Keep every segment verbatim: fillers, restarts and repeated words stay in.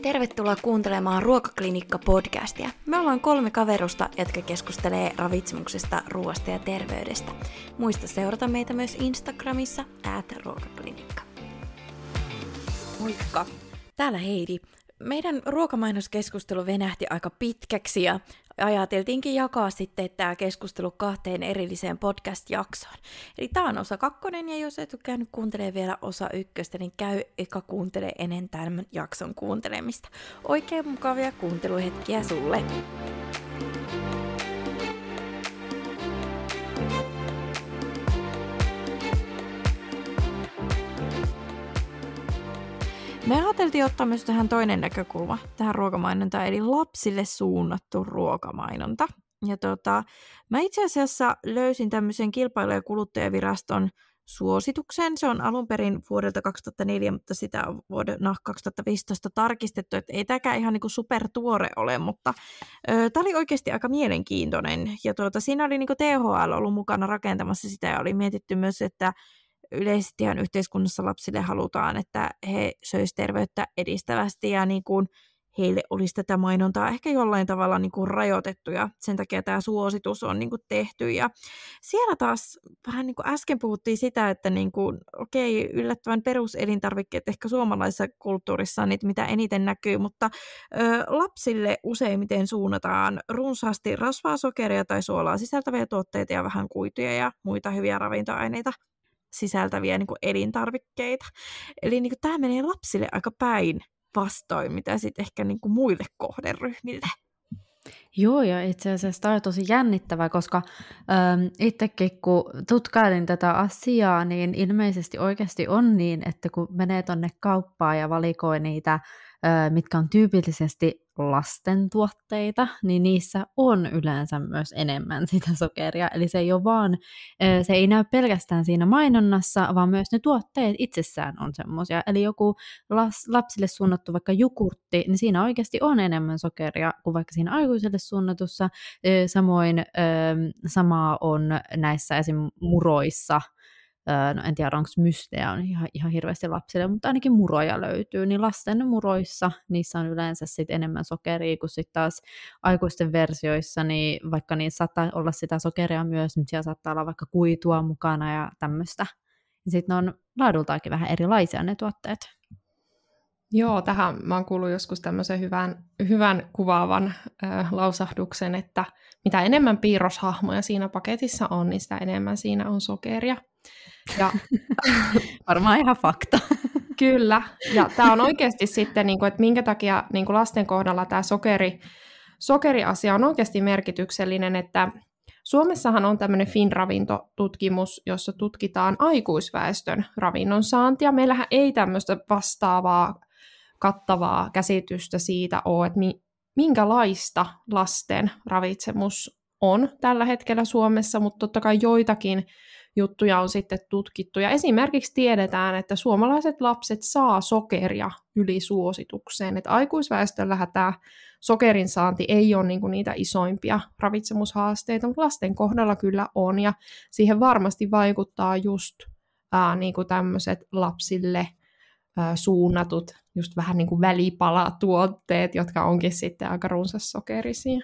Tervetuloa kuuntelemaan Ruokaklinikka-podcastia. Me ollaan kolme kaverusta, jotka keskustelee ravitsemuksesta, ruoasta ja terveydestä. Muista seurata meitä myös Instagramissa ät ruokaklinikka. Moikka! Täällä Heidi. Meidän ruokamainoskeskustelu venähti aika pitkäksi ja ajateltiinkin jakaa sitten tämä keskustelu kahteen erilliseen podcast-jaksoon. Eli tämä on osa kakkonen, ja jos et ole käynyt kuuntelemaan vielä osa ykköstä, niin käy eka kuuntele ennen tämän jakson kuuntelemista. Oikein mukavia kuunteluhetkiä sulle! Me ajateltiin ottaa myös tähän toinen näkökulma, tähän ruokamainontaan, eli lapsille suunnattu ruokamainonta. Ja tota, mä itse asiassa löysin tämmöisen Kilpailu- ja kuluttajaviraston suosituksen. Se on alun perin vuodelta kaksituhattaneljä, mutta sitä on vuonna kaksituhattaviisitoista tarkistettu, että ei tämäkään ihan niin kuin supertuore ole, mutta tämä oli oikeasti aika mielenkiintoinen. Ja tuota, siinä oli niin kuin T H L ollut mukana rakentamassa sitä, ja oli mietitty myös, että yleisesti ihan yhteiskunnassa lapsille halutaan, että he söisivät terveyttä edistävästi ja niin kuin heille olisi tätä mainontaa ehkä jollain tavalla niin kuin rajoitettu, ja sen takia tämä suositus on niin kuin tehty. Ja siellä taas vähän niin kuin äsken puhuttiin sitä, että niin kuin, okei, yllättävän peruselintarvikkeet ehkä suomalaisessa kulttuurissa on niitä, mitä eniten näkyy, mutta ö, lapsille useimmiten suunnataan runsaasti rasvaa, sokeria tai suolaa sisältäviä tuotteita ja vähän kuituja ja muita hyviä ravintoaineita sisältäviä niin kuin elintarvikkeita. Eli niin kuin tämä menee lapsille aika päin vastoin, mitä sitten ehkä niin kuin muille kohderyhmille. Joo, ja itse asiassa tämä on tosi jännittävää, koska ähm, itsekin kun tutkailin tätä asiaa, niin ilmeisesti oikeasti on niin, että kun menee tonne kauppaan ja valikoi niitä, äh, mitkä on tyypillisesti lasten tuotteita, niin niissä on yleensä myös enemmän sitä sokeria. Eli se ei ole vaan, äh, se ei näy pelkästään siinä mainonnassa, vaan myös ne tuotteet itsessään on semmoisia. Eli joku las, lapsille suunnattu vaikka jogurtti, niin siinä oikeasti on enemmän sokeria kuin vaikka siinä aikuiselle suunnatussa. Äh, samoin äh, samaa on näissä esim. Muroissa. No en tiedä, onko mystejä on ihan, ihan hirveästi lapsille, mutta ainakin muroja löytyy, niin lasten muroissa niissä on yleensä sit enemmän sokeria kuin sitten taas aikuisten versioissa, niin vaikka niissä saattaa olla sitä sokeria myös, niin siellä saattaa olla vaikka kuitua mukana ja tämmöistä. Sitten ne on laadultaakin vähän erilaisia ne tuotteet. Joo, tähän mä oon kuullut joskus tämmöisen hyvän, hyvän kuvaavan äh, lausahduksen, että mitä enemmän piirroshahmoja siinä paketissa on, niin sitä enemmän siinä on sokeria. Ja varmaan ihan fakta. Kyllä, ja tämä on oikeasti sitten, että minkä takia lasten kohdalla tämä sokeri, sokeriasia on oikeasti merkityksellinen, että Suomessahan on tämmöinen FinRavinto-tutkimus, jossa tutkitaan aikuisväestön ravinnon saantia. Meillähän ei tämmöistä vastaavaa kattavaa käsitystä siitä ole, että minkälaista lasten ravitsemus on tällä hetkellä Suomessa, mutta totta kai joitakin juttuja on sitten tutkittu. Ja esimerkiksi tiedetään, että suomalaiset lapset saa sokeria yli suositukseen. Että aikuisväestöllähän tämä sokerin saanti ei ole niinku niitä isoimpia ravitsemushaasteita, mutta lasten kohdalla kyllä on. Ja siihen varmasti vaikuttaa just ää, niinku tämmöiset lapsille ää, suunnatut just vähän niin kuin välipalatuotteet, jotka onkin sitten aika runsassokerisia.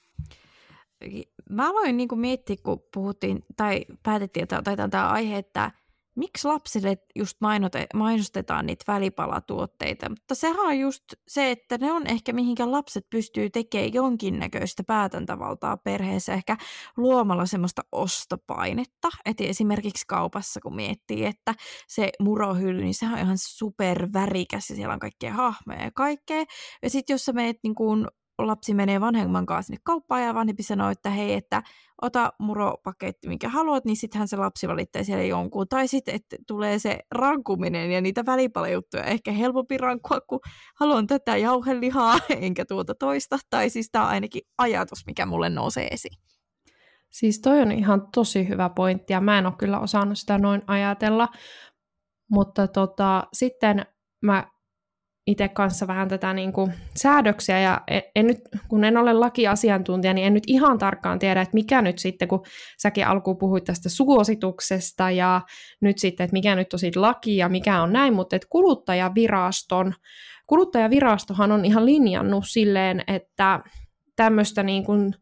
Mä aloin niin kuin miettiä, kun puhuttiin tai päätettiin, että otetaan tämä aihe, että miksi lapsille just mainote, mainostetaan niitä välipalatuotteita, mutta sehän on just se, että ne on ehkä mihinkä lapset pystyy tekemään jonkinnäköistä päätäntävaltaa perheessä, ehkä luomalla semmoista ostopainetta, että esimerkiksi kaupassa kun miettii, että se murohylly, niin sehän on ihan supervärikäs ja siellä on kaikkea hahmoja ja kaikkea, ja sitten jos sä meet niin kuin lapsi menee vanhemman kanssa sinne kauppaan ja vanhempi sanoo, että hei, että ota muropaketti, minkä haluat, niin sittenhän se lapsi valittaa siellä jonkun. Tai sitten, että tulee se rankuminen ja niitä välipalajuttuja. Ehkä helpompi rankua, kun haluan tätä jauhelihaa, enkä tuota toista. Tai siis tämä on ainakin ajatus, mikä mulle nousee esiin. Siis toi on ihan tosi hyvä pointti ja mä en ole kyllä osannut sitä noin ajatella. Mutta tota, sitten mä itse kanssa vähän tätä niin kuin säädöksiä, ja en nyt, kun en ole lakiasiantuntija, niin en nyt ihan tarkkaan tiedä, että mikä nyt sitten, kun säkin alkuun puhuit tästä suosituksesta, ja nyt sitten, että mikä nyt on siitä laki, ja mikä on näin, mutta että kuluttajaviraston, kuluttajavirastohan on ihan linjannut silleen, että tämmöistä niin kuin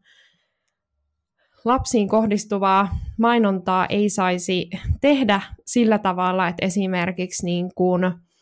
lapsiin kohdistuvaa mainontaa ei saisi tehdä sillä tavalla, että esimerkiksi niin kuin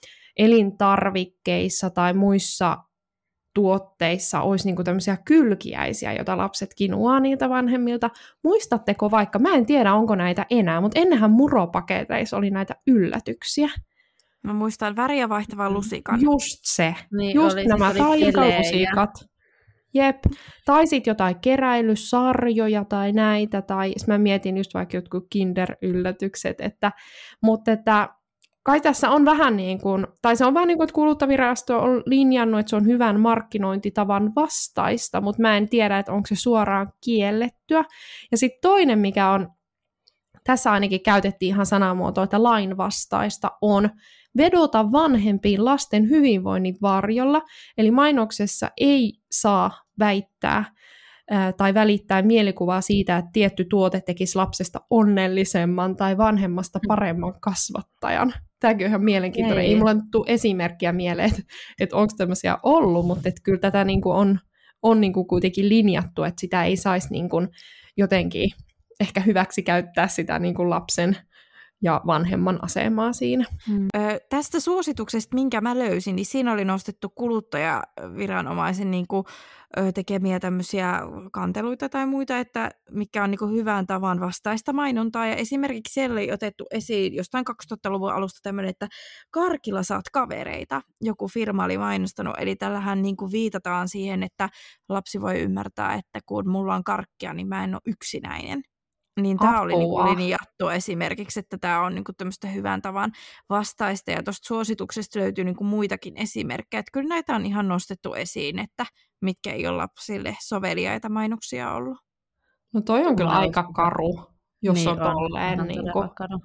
elintarvikkeissa tai muissa tuotteissa olisi niin kuin tämmöisiä kylkiäisiä, joita lapset kinuaa niiltä vanhemmilta. Muistatteko vaikka, mä en tiedä onko näitä enää, mutta ennenhän muropaketeissa oli näitä yllätyksiä. Mä muistan väriä vaihtavan lusikan. Just se. Niin Just oli, nämä siis oli taikalusikat. Jep. Tai sitten jotain keräilysarjoja tai näitä. Tai mä mietin just vaikka jotkut Kinder-yllätykset. Että, mutta että kai tässä on vähän niin kuin, tai se on vähän niin kuin, että kuluttajavirasto on linjannut, että se on hyvän markkinointitavan vastaista, mutta mä en tiedä, että onko se suoraan kiellettyä. Ja sitten toinen, mikä on, tässä ainakin käytettiin ihan sanamuotoa, että lainvastaista on vedota vanhempiin lasten hyvinvoinnin varjolla, eli mainoksessa ei saa väittää ää, tai välittää mielikuvaa siitä, että tietty tuote tekisi lapsesta onnellisemman tai vanhemmasta paremman kasvattajan. Tämäkin on ihan mielenkiintoinen. Ei, ei mulla nyt tule esimerkkiä mieleen, että, että onko tämmöisiä ollut, mutta että kyllä tätä niin kuin on, on niin kuin kuitenkin linjattu, että sitä ei saisi niin kuin jotenkin ehkä hyväksi käyttää sitä niin kuin lapsen ja vanhemman asemaa siinä. Hmm. Ö, tästä suosituksesta, minkä mä löysin, niin siinä oli nostettu kuluttajaviranomaisen niin kuin, ö, tekemiä tämmöisiä kanteluita tai muita, että mikä on niin kuin hyvän tavan vastaista mainontaa. Ja esimerkiksi siellä oli otettu esiin jostain kaksituhattaluvun alusta tämmöinen, että karkilla saat kavereita. Joku firma oli mainostanut, eli tällähän niin kuin viitataan siihen, että lapsi voi ymmärtää, että kun mulla on karkkia, niin mä en ole yksinäinen. Niin tämä oli niinku linjattu esimerkiksi, että tämä on niinku tämmöistä hyvän tavan vastaista, ja tuosta suosituksesta löytyy niinku muitakin esimerkkejä, että kyllä näitä on ihan nostettu esiin, että mitkä ei ole lapsille soveliaita mainoksia ollut. No toi on kyllä aika karu, jos niin on tolleen. Niin karu.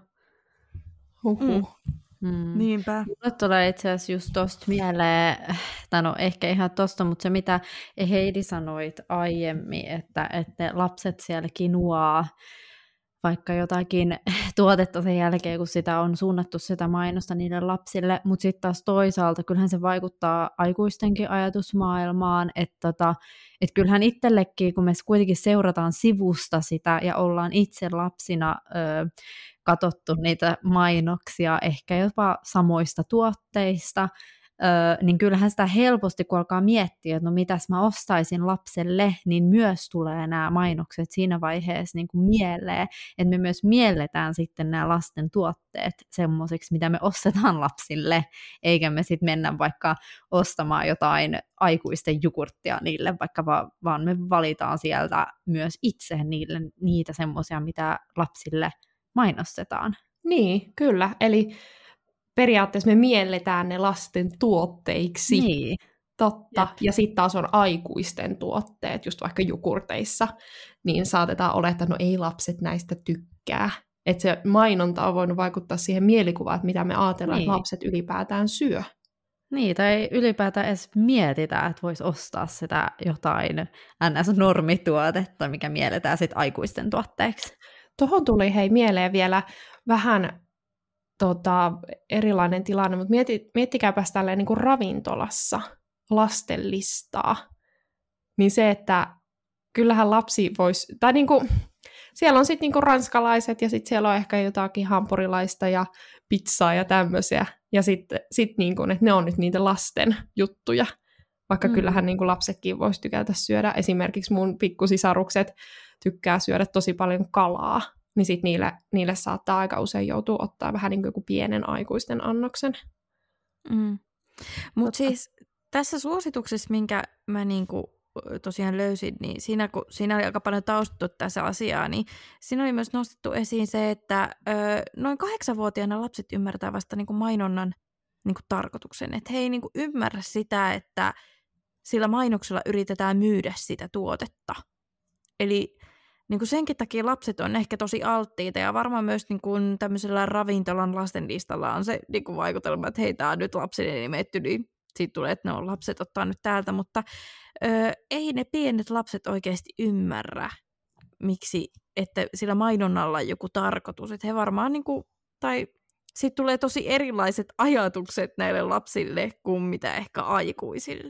Huhhuh. Mm. Niinpä. Mulle tulee itse asiassa just tosta mieleen, tai no ehkä ihan tosta, mutta se mitä Heidi sanoit aiemmin, että, että lapset siellä kinuaa vaikka jotakin tuotetta sen jälkeen, kun sitä on suunnattu sitä mainosta niille lapsille, mutta sitten taas toisaalta kyllähän se vaikuttaa aikuistenkin ajatusmaailmaan, että tota, et kyllähän itsellekin, kun me kuitenkin seurataan sivusta sitä ja ollaan itse lapsina ö, katsottu niitä mainoksia, ehkä jopa samoista tuotteista, öö, niin kyllähän sitä helposti, kun alkaa miettiä, että no mitäs mä ostaisin lapselle, niin myös tulee nämä mainokset siinä vaiheessa niin kuin mieleen, että me myös mielletään sitten nämä lasten tuotteet semmoisiksi, mitä me ostetaan lapsille, eikä me sitten mennä vaikka ostamaan jotain aikuisten jogurttia niille, vaikka va- vaan me valitaan sieltä myös itse niille, niitä semmoisia, mitä lapsille mainostetaan. Niin, kyllä. Eli periaatteessa me mielletään ne lasten tuotteiksi. Niin. Totta. Jep. Ja sitten taas on aikuisten tuotteet, just vaikka jogurteissa, niin saatetaan olettaa, että no ei lapset näistä tykkää. Että se mainonta on voinut vaikuttaa siihen mielikuvaan, että mitä me ajatellaan, niin. että lapset ylipäätään syö. Niin, tai ylipäätään edes mietitään, että voisi ostaa sitä jotain N S-normituotetta, mikä mielletään sitten aikuisten tuotteeksi. Tuohon tuli hei mieleen vielä vähän tota, erilainen tilanne, mutta mieti, miettikääpäs tälleen niin kuin ravintolassa lasten listaa. Niin se, että kyllähän lapsi voisi, tai niin kuin, siellä on sitten niin kuin ranskalaiset ja sitten siellä on ehkä jotakin hampurilaista ja pizzaa ja tämmöisiä. Ja sitten sit niin kuin, että ne on nyt niitä lasten juttuja. Vaikka mm. kyllähän niin kuin lapsetkin voisi tykätä syödä. Esimerkiksi mun pikkusisarukset tykkää syödä tosi paljon kalaa. Niin sitten niille, niille saattaa aika usein joutua ottaa vähän niin kuin joku pienen aikuisten annoksen. Mm. Mutta siis tässä suosituksessa, minkä mä niinku tosiaan löysin, niin siinä, kun siinä oli aika paljon taustattu tässä asiaa, niin siinä oli myös nostettu esiin se, että ö, noin kahdeksanvuotiaana lapset ymmärtää vasta niinku mainonnan niinku tarkoituksen. Että he ei niinku ymmärrä sitä, että sillä mainoksella yritetään myydä sitä tuotetta. Eli niin kuin senkin takia lapset on ehkä tosi alttiita, ja varmaan myös niin kuin tämmöisellä ravintolan lastenlistalla on se niin kuin vaikutelma, että hei, tämä on nyt lapsille nimetty, niin siitä tulee, että no lapset ottaa nyt täältä, mutta ö, ei ne pienet lapset oikeasti ymmärrä, miksi, että sillä mainonnalla on joku tarkoitus, että he varmaan niinku, tai sitten tulee tosi erilaiset ajatukset näille lapsille kuin mitä ehkä aikuisille.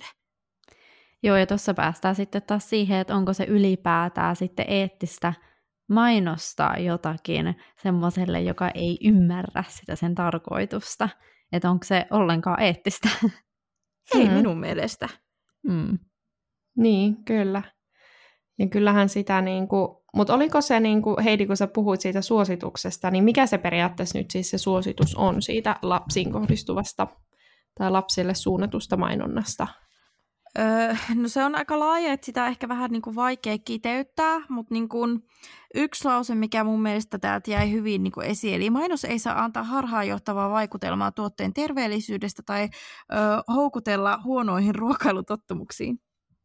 Joo, ja tuossa päästään sitten taas siihen, että onko se ylipäätään sitten eettistä mainostaa jotakin semmoiselle, joka ei ymmärrä sitä sen tarkoitusta. Että onko se ollenkaan eettistä? Ei mm. minun mielestä. Mm. Niin, kyllä. Ja kyllähän sitä, niin kuin, mutta oliko se, niin kuin, Heidi, kun sä puhuit siitä suosituksesta, niin mikä se periaatteessa nyt siis se suositus on siitä lapsiin kohdistuvasta tai lapsille suunnatusta mainonnasta? Öö, no se on aika laaja, että sitä on ehkä vähän niin kuin vaikea kiteyttää, mutta niin kuin yksi lause, mikä mun mielestä täältä jäi hyvin niin kuin esiin, eli mainos ei saa antaa harhaanjohtavaa vaikutelmaa tuotteen terveellisyydestä tai öö, houkutella huonoihin ruokailutottumuksiin.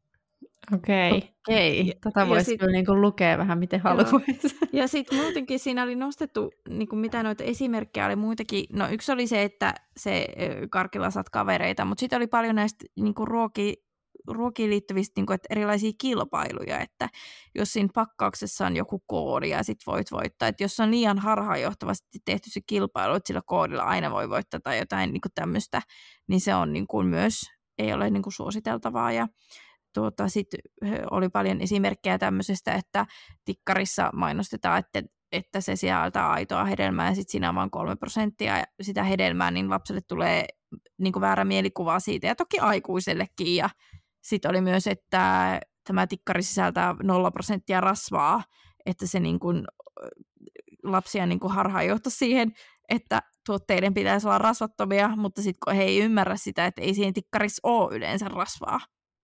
Okei. Okay. Okei, tätä voisi sit kyllä niinku lukea vähän miten haluaisi. Ja sitten muutenkin siinä oli nostettu, niinku mitä noita esimerkkejä oli muitakin. No yksi oli se, että se karkilla saat kavereita, mutta sitten oli paljon näistä niinku ruoki, ruokiin liittyvistä niinku, että erilaisia kilpailuja, että jos siinä pakkauksessa on joku koodi ja sit voit voittaa, että jos on liian harhaanjohtavasti tehty se kilpailu, että sillä koodilla aina voi voittaa tai jotain niinku tämmöistä, niin se on niinku myös, ei ole niinku suositeltavaa. Ja Tuota, sitten oli paljon esimerkkejä tämmöisestä, että tikkarissa mainostetaan, että, että se sisältää aitoa hedelmää ja sitten siinä on vain kolme prosenttia sitä hedelmää, niin lapselle tulee niin kuin väärä mielikuva siitä ja toki aikuisellekin. Ja sitten oli myös, että tämä tikkari sisältää nolla prosenttia rasvaa, että se niin kuin lapsia niin kuin harhaanjohtaa siihen, että tuotteiden pitäisi olla rasvattomia, mutta sitten kun he ei ymmärrä sitä, että ei siinä tikkarissa ole yleensä rasvaa.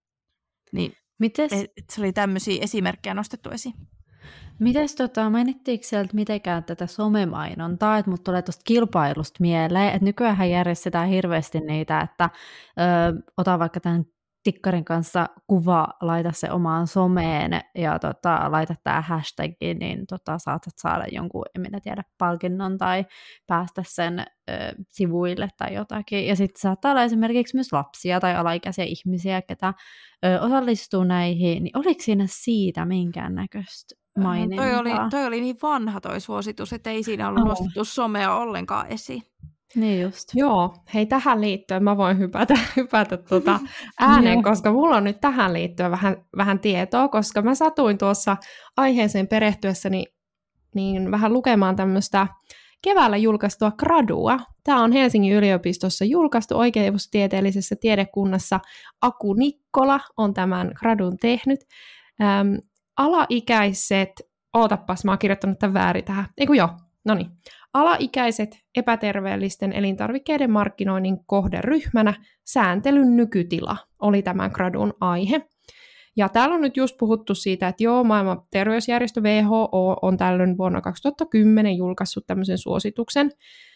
Niin, Mites, se oli tämmöisiä esimerkkejä nostettu esiin. Mites tota, mainittiinko sieltä mitenkään tätä somemainontaa, että mut tulee tuosta kilpailusta mieleen, että nykyään järjestetään hirveästi niitä, että ö, ota vaikka tämän tikkarin kanssa kuva, laita se omaan someen ja tota, laita tämä hashtagi, niin tota, saatat saada jonkun, en minä tiedä, palkinnon tai päästä sen ö, sivuille tai jotakin. Ja sitten saattaa olla esimerkiksi myös lapsia tai alaikäisiä ihmisiä, ketä ö, osallistuu näihin, niin oliko siinä siitä minkäännäköistä mainintaa? Toi oli, toi oli niin vanha toi suositus, että ei siinä ollut oh. nostettu somea ollenkaan esiin. Niin just. Joo, hei tähän liittyen mä voin hypätä, hypätä tuota ääneen, koska mulla on nyt tähän liittyen vähän, vähän tietoa, koska mä satuin tuossa aiheeseen perehtyessäni niin vähän lukemaan tämmöistä keväällä julkaistua gradua. Tämä on Helsingin yliopistossa julkaistu oikeustieteellisessä tiedekunnassa. Aku Nikkola on tämän gradun tehnyt. Ähm, alaikäiset, ootapas, mä oon kirjoittanut tämän väärin tähän, eiku joo, no niin. Alaikäiset epäterveellisten elintarvikkeiden markkinoinnin kohderyhmänä sääntelyn nykytila oli tämän gradun aihe. Ja täällä on nyt just puhuttu siitä, että joo, maailman terveysjärjestö W H O on tällöin vuonna kaksituhattakymmenen julkaissut tämmöisen suosituksen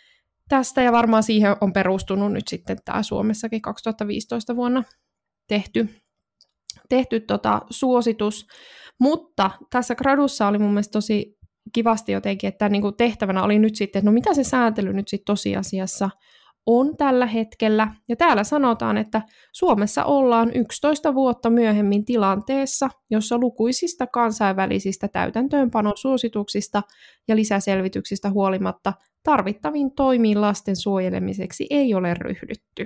tästä, ja varmaan siihen on perustunut nyt sitten tämä Suomessakin kaksituhattaviisitoista vuonna tehty, tehty tota suositus. Mutta tässä gradussa oli mun mielestä tosi kivasti jotenkin, että niin kuin tehtävänä oli nyt sitten, että no mitä se sääntely nyt sitten tosiasiassa on tällä hetkellä. Ja täällä sanotaan, että Suomessa ollaan yksitoista vuotta myöhemmin tilanteessa, jossa lukuisista kansainvälisistä täytäntöönpanosuosituksista ja lisäselvityksistä huolimatta tarvittaviin toimiin lasten suojelemiseksi ei ole ryhdytty.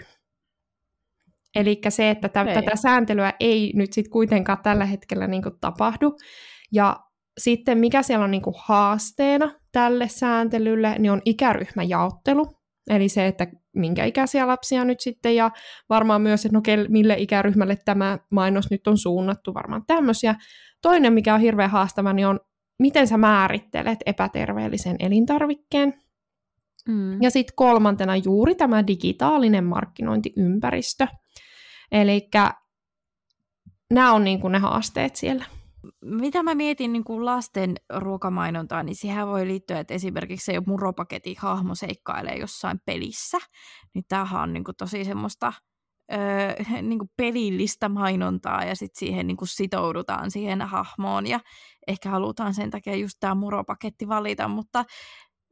Eli se, että t- tätä sääntelyä ei nyt sitten kuitenkaan tällä hetkellä niin kuin tapahdu. Ja sitten mikä siellä on niin kuin haasteena tälle sääntelylle, niin on ikäryhmäjaottelu. Eli se, että minkä ikäisiä lapsia nyt sitten, ja varmaan myös, että no mille ikäryhmälle tämä mainos nyt on suunnattu, varmaan tämmöisiä. Toinen, mikä on hirveän haastava, niin on, miten sä määrittelet epäterveellisen elintarvikkeen. Mm. Ja sitten kolmantena juuri tämä digitaalinen markkinointiympäristö. Eli nämä on niin kuin ne haasteet siellä. Mitä mä mietin niin kuin lasten ruokamainontaa, niin siihen voi liittyä, että esimerkiksi se jo muropaketin hahmo seikkailee jossain pelissä, niin tämähän on niin kuin tosi semmoista öö, niin kuin pelillistä mainontaa, ja sitten siihen niin kuin sitoudutaan siihen hahmoon, ja ehkä halutaan sen takia just tämä muropaketti valita, mutta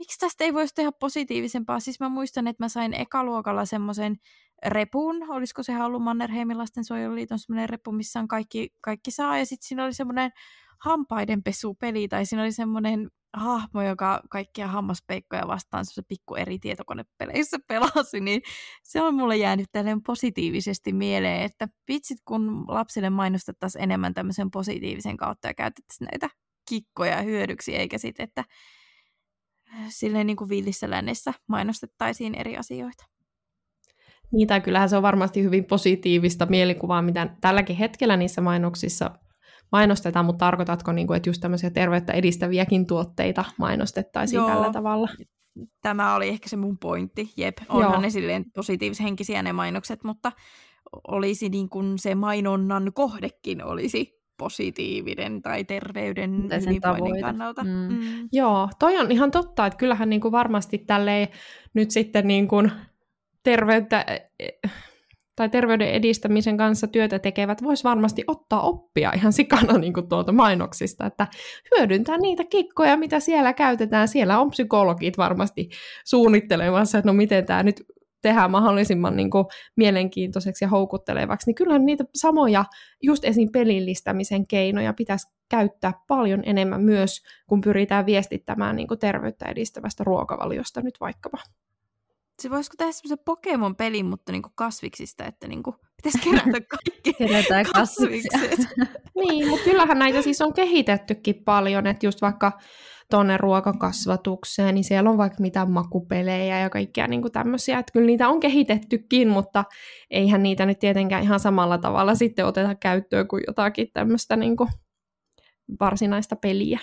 miksi tästä ei voisi tehdä positiivisempaa? Siis mä muistan, että mä sain ekaluokalla semmoisen repun, olisiko se ollut Mannerheimin lastensuojeluliiton semmoinen repu, missä on kaikki, kaikki saa, ja sitten siinä oli semmoinen hampaidenpesupeli, tai siinä oli semmoinen hahmo, joka kaikkia hammaspeikkoja vastaan semmoisen pikku eri tietokonepeleissä pelasi, niin se on mulle jäänyt tälleen positiivisesti mieleen, että vitsit kun lapsille mainostettaisiin enemmän tämmöisen positiivisen kautta ja käytettäisiin näitä kikkoja hyödyksi, eikä sitten, että silleen niin kuin villissä lännessä mainostettaisiin eri asioita. Niin, tai kyllähän se on varmasti hyvin positiivista mielikuvaa, mitä tälläkin hetkellä niissä mainoksissa mainostetaan, mutta tarkoitatko, että just tämmöisiä terveyttä edistäviäkin tuotteita mainostettaisiin Joo. tällä tavalla? Tämä oli ehkä se mun pointti. Jep, onhan Joo. ne silleen positiivishenkisiä ne mainokset, mutta olisi niin kuin se mainonnan kohdekin olisi positiivinen tai terveyden hyvinvoinnin kannalta. Mm. Mm. Joo, toi on ihan totta, että kyllähän niin kuin varmasti tälleen nyt sitten niin kuin terveyttä tai terveyden edistämisen kanssa työtä tekevät vois varmasti ottaa oppia ihan sikana niin kuin tuolta mainoksista, että hyödyntää niitä kikkoja, mitä siellä käytetään. Siellä on psykologit varmasti suunnittelemassa, että no miten tämä nyt tehdään mahdollisimman niin kuin mielenkiintoiseksi ja houkuttelevaksi, niin kyllähän niitä samoja just esim. Pelillistämisen keinoja pitäisi käyttää paljon enemmän myös, kun pyritään viestittämään niin kuin terveyttä edistävästä ruokavaliosta nyt vaikkapa. Se voisiko tehdä semmoisen Pokemon-pelin, mutta niinku kasviksista, että niinku pitäisi kerätä kaikki kasvikset. Niin, mutta kyllähän näitä siis on kehitettykin paljon, että just vaikka tuonne ruokakasvatukseen, niin siellä on vaikka mitään makupelejä ja kaikkia niinku tämmöisiä, että kyllä niitä on kehitettykin, mutta eihän niitä nyt tietenkään ihan samalla tavalla sitten oteta käyttöön kuin jotakin tämmöistä niinku varsinaista peliä.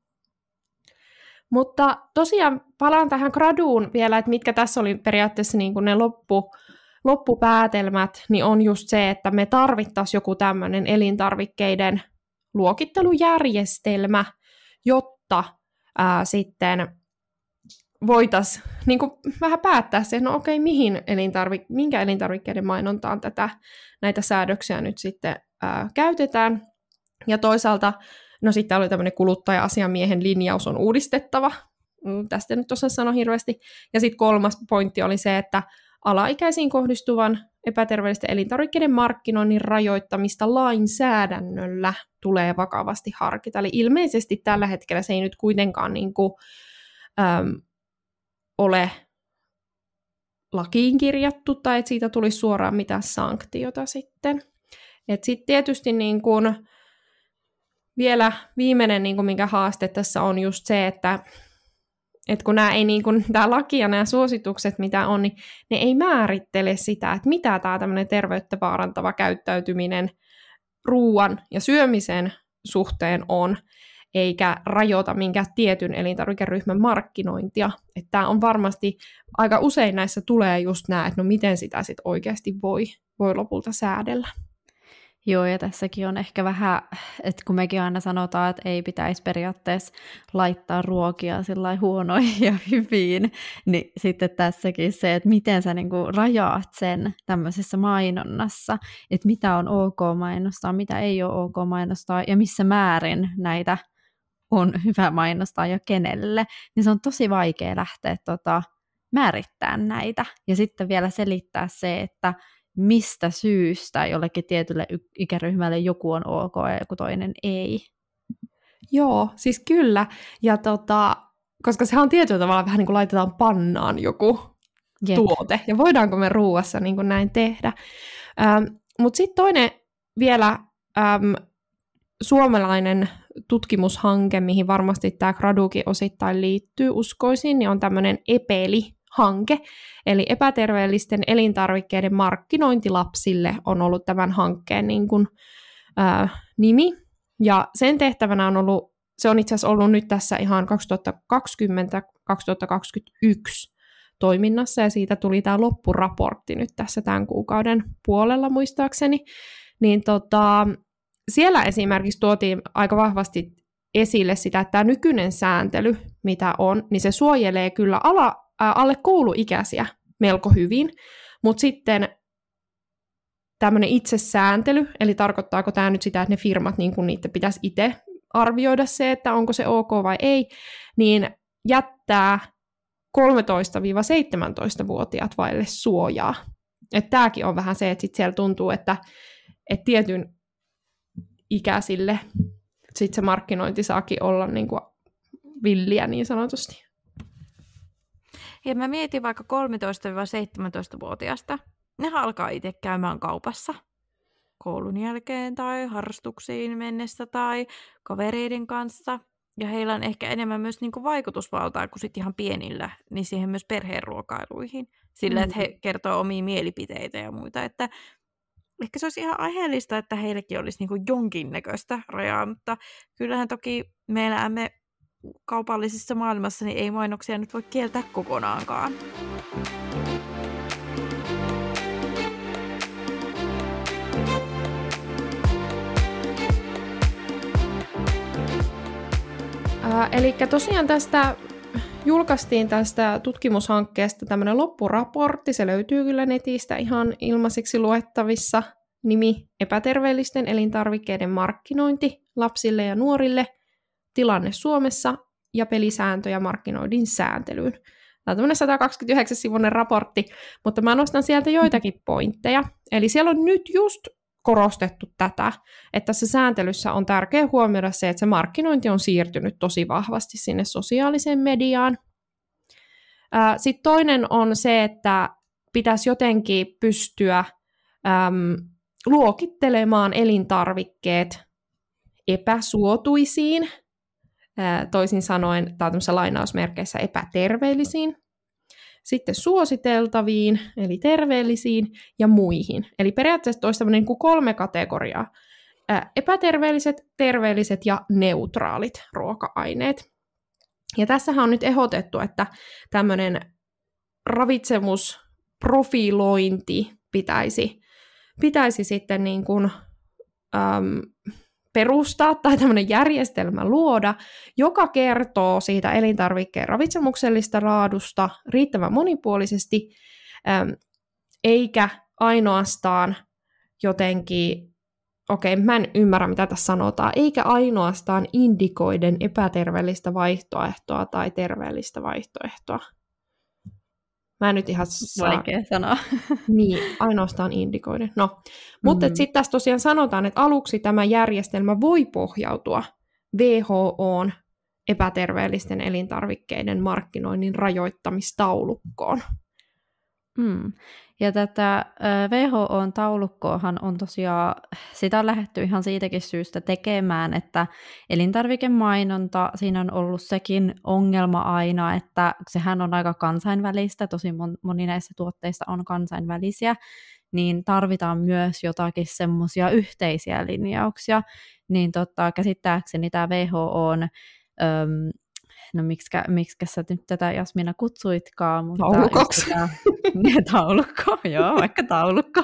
Mutta tosiaan palaan tähän graduun vielä, että mitkä tässä oli periaatteessa niin kuin ne loppu, loppupäätelmät, niin on just se, että me tarvittaisiin joku tämmöinen elintarvikkeiden luokittelujärjestelmä, jotta ää, sitten voitaisiin niin kuin vähän päättää se, no okei, mihin elintarvik- minkä elintarvikkeiden mainontaan tätä, näitä säädöksiä nyt sitten ää, käytetään. Ja toisaalta no sitten oli tämmöinen kuluttaja-asiamiehen linjaus on uudistettava. Tästä nyt osaa sanoa hirveästi. Ja sitten kolmas pointti oli se, että alaikäisiin kohdistuvan epäterveellisten elintarvikkeiden markkinoinnin rajoittamista lainsäädännöllä tulee vakavasti harkita. Eli ilmeisesti tällä hetkellä se ei nyt kuitenkaan niin kuin, äm, ole lakiin kirjattu tai että siitä tulisi suoraan mitään sanktiota sitten. Että sitten tietysti niin kuin vielä viimeinen, niin kuin mikä haaste tässä on just se, että, että kun nämä ei, niin kuin, tämä laki ja nämä suositukset, mitä on, niin ne ei määrittele sitä, että mitä tämä tämmöinen terveyttä vaarantava käyttäytyminen ruoan ja syömisen suhteen on, eikä rajoita minkään tietyn elintarvikeryhmän markkinointia. Että tämä on varmasti, aika usein näissä tulee just nämä, että no miten sitä sitten oikeasti voi, voi lopulta säädellä. Joo, ja tässäkin on ehkä vähän, että kun mekin aina sanotaan, että ei pitäisi periaatteessa laittaa ruokia sillä huonoihin ja hyviin, niin sitten tässäkin se, että miten sä niinku rajaat sen tämmöisessä mainonnassa, että mitä on ok mainostaa, mitä ei ole ok mainostaa, ja missä määrin näitä on hyvä mainostaa ja kenelle, niin se on tosi vaikea lähteä tota, määrittämään näitä, ja sitten vielä selittää se, että mistä syystä jollekin tietylle ikäryhmälle joku on ok ja joku toinen ei. Joo, siis kyllä. Ja tota, koska sehän on tietyllä tavalla vähän niin kuin laitetaan pannaan joku Jep. tuote. Ja voidaanko me ruuassa niin kuin näin tehdä. Ähm, Mutta sitten toinen vielä ähm, suomalainen tutkimushanke, mihin varmasti tämä gradukin osittain liittyy, uskoisin, niin on tämmöinen EPELI-hanke, eli epäterveellisten elintarvikkeiden markkinointi lapsille on ollut tämän hankkeen niin kuin, ää, nimi, ja sen tehtävänä on ollut, se on itse asiassa ollut nyt tässä ihan kaksituhattakaksikymmentä kaksituhattakaksikymmentäyksi toiminnassa, ja siitä tuli tämä loppuraportti nyt tässä tämän kuukauden puolella muistaakseni, niin tota, siellä esimerkiksi tuotiin aika vahvasti esille sitä, että tämä nykyinen sääntely, mitä on, niin se suojelee kyllä ala, ää, alle kouluikäisiä melko hyvin, mutta sitten tämmöinen itsesääntely, eli tarkoittaako tämä nyt sitä, että ne firmat, niin kun niitä pitäisi itse arvioida se, että onko se ok vai ei, niin jättää kolmetoista-seitsemäntoista-vuotiaat vaille suojaa. Että tämäkin on vähän se, että sit siellä tuntuu, että, että tietyn ikäisille sit se markkinointi saakin olla niinku villiä niin sanotusti. Ja mä mietin vaikka kolmetoista-seitsemäntoista-vuotiaasta. Nehän alkaa itse käymään kaupassa koulun jälkeen tai harrastuksiin mennessä tai kavereiden kanssa. Ja heillä on ehkä enemmän myös niinku vaikutusvaltaa kuin sit ihan pienillä, niin siihen myös perheen ruokailuihin. Sillä, että he kertoo omia mielipiteitä ja muita. Että ehkä se olisi ihan aiheellista, että heillekin olisi niinku jonkinnäköistä rajaa, mutta kyllähän toki me elämme kaupallisessa maailmassa, niin ei mainoksia nyt voi kieltää kokonaankaan. Äh, eli tosiaan tästä julkaistiin tästä tutkimushankkeesta tämmöinen loppuraportti, se löytyy kyllä netistä ihan ilmaiseksi luettavissa, nimi Epäterveellisten elintarvikkeiden markkinointi lapsille ja nuorille, tilanne Suomessa ja pelisääntöjä markkinoinnin sääntelyyn. Tämä on tämmöinen sata kaksikymmentäyhdeksän-sivuinen raportti, mutta mä nostan sieltä joitakin pointteja. Eli siellä on nyt just korostettu tätä, että tässä sääntelyssä on tärkeää huomioida se, että se markkinointi on siirtynyt tosi vahvasti sinne sosiaaliseen mediaan. Sitten toinen on se, että pitäisi jotenkin pystyä äm, luokittelemaan elintarvikkeet epäsuotuisiin, ää, toisin sanoen, tämä on tämmöisissä lainausmerkeissä epäterveellisiin, sitten suositeltaviin, eli terveellisiin, ja muihin. Eli periaatteessa olisi tämmöinen kuin kolme kategoriaa. Ää, epäterveelliset, terveelliset ja neutraalit ruoka-aineet. Ja tässähän on nyt ehdotettu, että tämmöinen ravitsemusprofilointi pitäisi, pitäisi sitten niin kuin, äm, perustaa tai tämmöinen järjestelmä luoda, joka kertoo siitä elintarvikkeen ravitsemuksellista laadusta riittävän monipuolisesti, äm, eikä ainoastaan jotenkin, okei, mä en ymmärrä mitä tässä sanotaan, eikä ainoastaan indikoiden epäterveellistä vaihtoehtoa tai terveellistä vaihtoehtoa. Mä en nyt ihan saa... Vaikea sanoa. Niin, ainoastaan indikoiden. No, mutta mm-hmm. sitten tässä tosiaan sanotaan, että aluksi tämä järjestelmä voi pohjautua W H O:n epäterveellisten elintarvikkeiden markkinoinnin rajoittamistaulukkoon. Mm. Ja tätä W H O:n taulukkoahan on tosiaan, sitä on lähdetty ihan siitäkin syystä tekemään, että elintarvikemainonta, siinä on ollut sekin ongelma aina, että sehän on aika kansainvälistä, tosi moni näistä tuotteista on kansainvälisiä, niin tarvitaan myös jotakin semmoisia yhteisiä linjauksia, niin tota, käsittääkseni tämä W H O:n öm, no miksikä, miksikä sä nyt tätä Jasmina kutsuitkaan, mutta... Taulukoksi. Sitä, taulukko, joo, vaikka taulukko.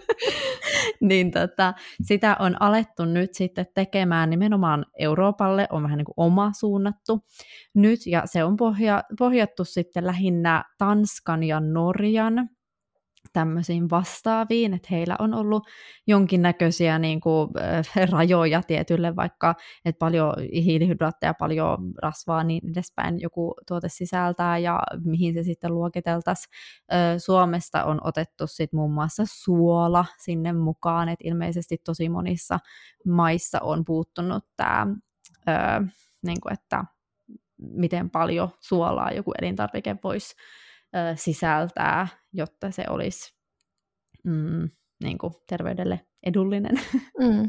niin tota, sitä on alettu nyt sitten tekemään nimenomaan Euroopalle, on vähän niin kuin oma suunnattu nyt, ja se on pohja, pohjattu sitten lähinnä Tanskan ja Norjan tämmöisiin vastaaviin, että heillä on ollut jonkinnäköisiä niin kuin, äh, rajoja tietylle, vaikka että paljon hiilihydraatteja, paljon rasvaa, niin edespäin joku tuote sisältää, ja mihin se sitten luokiteltaisiin. Äh, Suomesta on otettu sitten muun muassa suola sinne mukaan, että ilmeisesti tosi monissa maissa on puuttunut tämä, äh, niin kuin, että miten paljon suolaa joku elintarvike voisi sisältää, jotta se olisi mm, niin kuin terveydelle edullinen. Mm.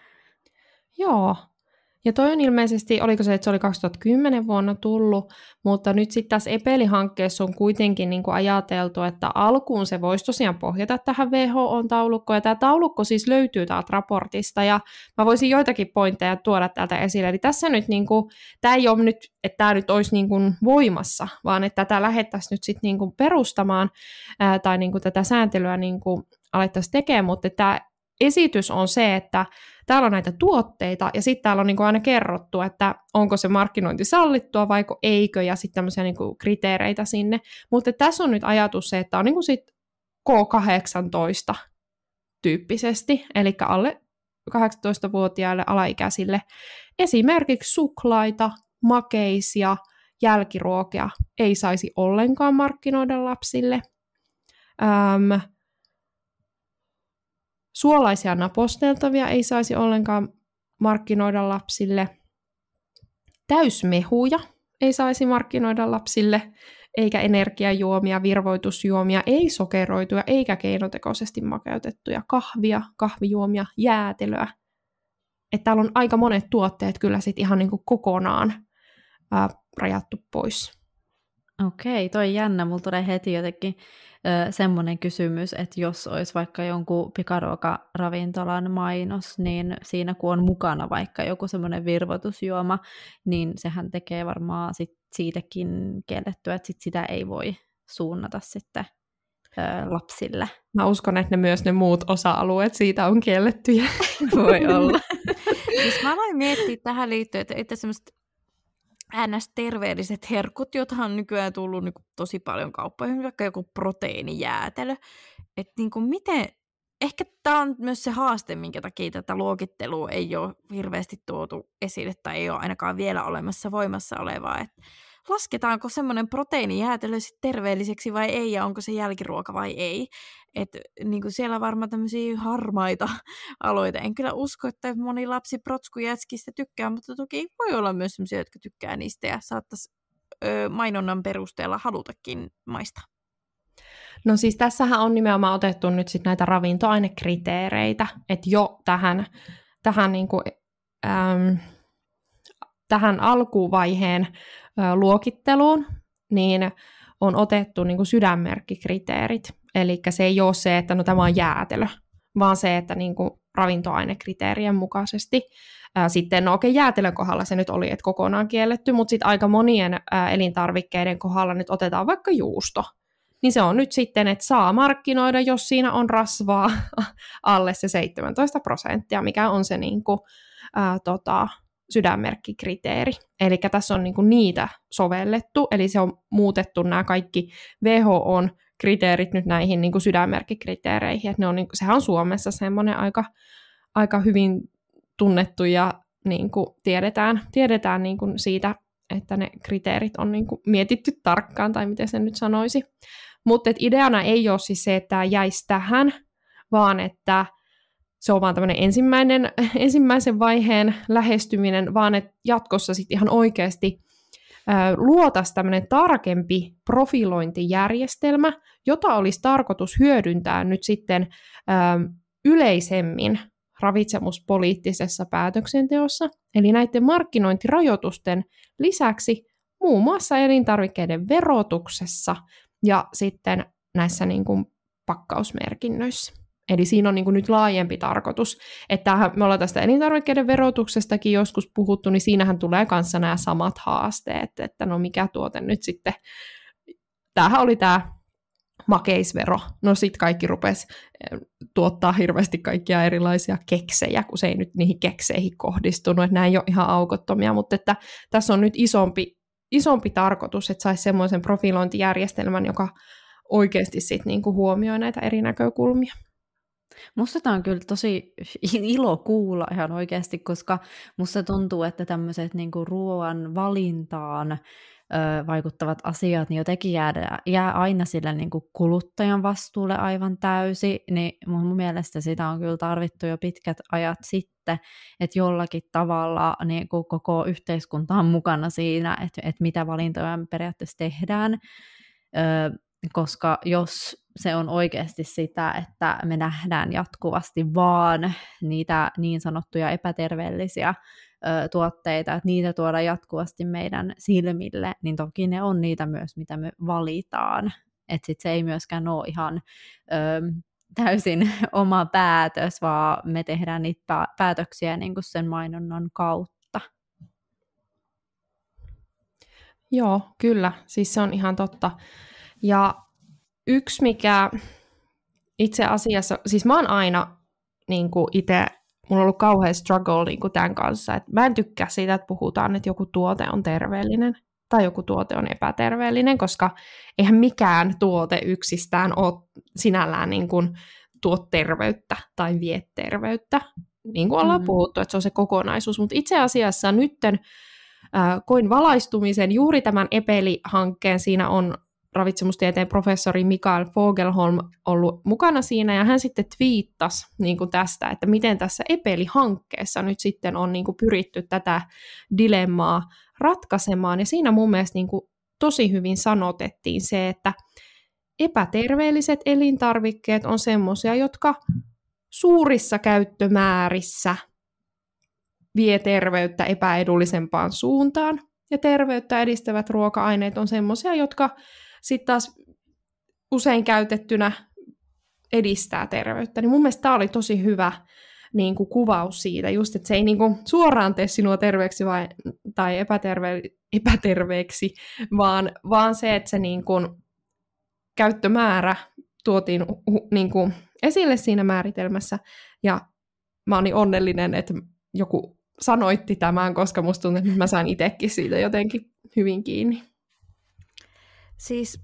Joo. Ja toi on ilmeisesti, oliko se, että se oli kaksituhattakymmenen vuonna tullut, mutta nyt sitten tässä Epeli-hankkeessa on kuitenkin niin kuin ajateltu, että alkuun se voisi tosiaan pohjata tähän W H O-taulukkoon, ja tämä taulukko siis löytyy täältä raportista, ja mä voisin joitakin pointteja tuoda täältä esille. Eli tässä nyt, niin kuin, tämä ei ole nyt, että tämä nyt olisi niin kuin voimassa, vaan että tätä lähdettäisiin nyt sitten niin kuin perustamaan, ää, tai niin kuin tätä sääntelyä niin kuin alettaisiin tekemään, mutta tämä esitys on se, että täällä on näitä tuotteita, ja sitten täällä on niinku aina kerrottu, että onko se markkinointi sallittua vai eikö, ja sitten tämmöisiä niinku kriteereitä sinne. Mutta tässä on nyt ajatus se, että on niinku sit K kahdeksantoista tyyppisesti, eli alle kahdeksantoistavuotiaille alaikäisille esimerkiksi suklaita, makeisia jälkiruokia ei saisi ollenkaan markkinoida lapsille. Öm, suolaisia naposteltavia ei saisi ollenkaan markkinoida lapsille. Täysmehuja ei saisi markkinoida lapsille, eikä energiajuomia, virvoitusjuomia, ei sokeroituja eikä keinotekoisesti makeutettuja kahvia, kahvijuomia, jäätelöä. Että täällä on aika monet tuotteet kyllä sit ihan niinku kokonaan ää, rajattu pois. Okei, toi jännä. Mulla tulee heti jotenkin ö, semmoinen kysymys, että jos olisi vaikka jonkun pikaruokaravintolan mainos, niin siinä kun on mukana vaikka joku semmoinen virvoitusjuoma, niin sehän tekee varmaan sit siitäkin kiellettyä, että sit sitä ei voi suunnata sitten ö, lapsille. Mä uskon, että ne myös ne muut osa-alueet siitä on kiellettyjä. Voi olla. Siis mä aloin miettiä tähän liittyen, että, että semmoiset ns. Terveelliset herkut, joita on nykyään tullut niin kuin tosi paljon kauppoihin, vaikka joku proteiinijäätelö. Että niin kuin miten, ehkä tämä on myös se haaste, minkä takia tätä luokittelua ei ole hirveästi tuotu esille tai ei ole ainakaan vielä olemassa voimassa olevaa. Että lasketaanko semmoinen proteiinijäätelö sitten terveelliseksi vai ei ja onko se jälkiruoka vai ei. Että niin kuin siellä on varmaan tämmöisiä harmaita aloita. En kyllä usko, että moni lapsi protskujätskistä tykkää, mutta toki voi olla myös sellaisia, jotka tykkää niistä ja saattaisi ö, mainonnan perusteella halutakin maista. No siis tässähän on nimenomaan otettu nyt sit näitä ravintoainekriteereitä, että jo tähän, tähän, niinku, äm, tähän alkuvaiheen ä, luokitteluun niin on otettu niinku sydänmerkkikriteerit. Eli se ei ole se, että no tämä on jäätelö, vaan se, että niinku ravintoainekriteerien mukaisesti. Ää, sitten no okei, okay, jäätelön kohdalla se nyt oli, että kokonaan kielletty, mutta sitten aika monien ää, elintarvikkeiden kohdalla nyt otetaan vaikka juusto. Niin se on nyt sitten, että saa markkinoida, jos siinä on rasvaa alle se seitsemäntoista prosenttia, mikä on se niinku, ää, tota, sydänmerkkikriteeri. Eli tässä on niinku niitä sovellettu, eli se on muutettu nämä kaikki W H O:n kriteerit nyt näihin niin kuin sydänmerkkikriteereihin. Että ne on, niin kuin, sehän on Suomessa semmoinen aika, aika hyvin tunnettu ja niin kuin tiedetään, tiedetään niin kuin siitä, että ne kriteerit on niin kuin mietitty tarkkaan, tai miten sen nyt sanoisi. Mutta ideana ei ole siis se, että tämä jäisi tähän, vaan että se on vaan tämmöinen ensimmäinen, ensimmäisen vaiheen lähestyminen, vaan että jatkossa sitten ihan oikeasti luotaisiin tämmöinen tarkempi profilointijärjestelmä, jota olisi tarkoitus hyödyntää nyt sitten ö, yleisemmin ravitsemuspoliittisessa päätöksenteossa. Eli näiden markkinointirajoitusten lisäksi muun muassa elintarvikkeiden verotuksessa ja sitten näissä niin kuin pakkausmerkinnöissä. Eli siinä on niin kuin nyt laajempi tarkoitus, että me ollaan tästä elintarvikkeiden verotuksestakin joskus puhuttu, niin siinähän tulee kanssa nämä samat haasteet, että no mikä tuote nyt sitten, tämähän oli tämä makeisvero, no sitten kaikki rupesi tuottaa hirveästi kaikkia erilaisia keksejä, kun se ei nyt niihin kekseihin kohdistunut, että nämä ei ole ihan aukottomia, mutta että tässä on nyt isompi, isompi tarkoitus, että saisi semmoisen profilointijärjestelmän, joka oikeasti sitten niinku huomioi näitä eri näkökulmia. Musta tämä on kyllä tosi ilo kuulla ihan oikeasti, koska musta tuntuu, että tämmöiset niinku ruoan valintaan ö, vaikuttavat asiat niin jotenkin jää, jää aina sille niinku kuluttajan vastuulle aivan täysin, niin mun mielestä sitä on kyllä tarvittu jo pitkät ajat sitten, että jollakin tavalla niinku koko yhteiskunta on mukana siinä, että, että mitä valintoja me periaatteessa tehdään, ö, koska jos se on oikeasti sitä, että me nähdään jatkuvasti vaan niitä niin sanottuja epäterveellisiä ö, tuotteita, että niitä tuodaan jatkuvasti meidän silmille, niin toki ne on niitä myös, mitä me valitaan. Että sit se ei myöskään ole ihan ö, täysin oma päätös, vaan me tehdään niitä päätöksiä niin kuin sen mainonnan kautta. Joo, kyllä. Siis se on ihan totta. Ja yksi, mikä itse asiassa, siis mä oon aina niin kuin itse, mulla on ollut kauhean struggle niin kuin tämän kanssa, että mä en tykkää siitä, että puhutaan, että joku tuote on terveellinen tai joku tuote on epäterveellinen, koska eihän mikään tuote yksistään ole sinällään niin kuin tuo terveyttä tai vie terveyttä, niin kuin ollaan mm-hmm. puhuttu, että se on se kokonaisuus, mutta itse asiassa nytten ää, koin valaistumisen juuri tämän Epeli-hankkeen. Siinä on ravitsemustieteen professori Mikael Fogelholm ollut mukana siinä, ja hän sitten twiittasi niin kuin tästä, että miten tässä Epeli-hankkeessa nyt sitten on niin kuin pyritty tätä dilemmaa ratkaisemaan, ja siinä mun mielestä niin kuin tosi hyvin sanotettiin se, että epäterveelliset elintarvikkeet on semmoisia, jotka suurissa käyttömäärissä vie terveyttä epäedullisempaan suuntaan, ja terveyttä edistävät ruoka-aineet on semmoisia, jotka sitten taas usein käytettynä edistää terveyttä. Niin mun mielestä tämä oli tosi hyvä niin kuin kuvaus siitä, just että se ei niin kuin suoraan tee sinua terveeksi vai, tai epäterve, epäterveeksi, vaan, vaan se, että se niin kuin käyttömäärä tuotiin niin kuin esille siinä määritelmässä, ja mä oon niin onnellinen, että joku sanoitti tämän, koska musta tuntuu, että mä sain itsekin siitä jotenkin hyvin kiinni. Siis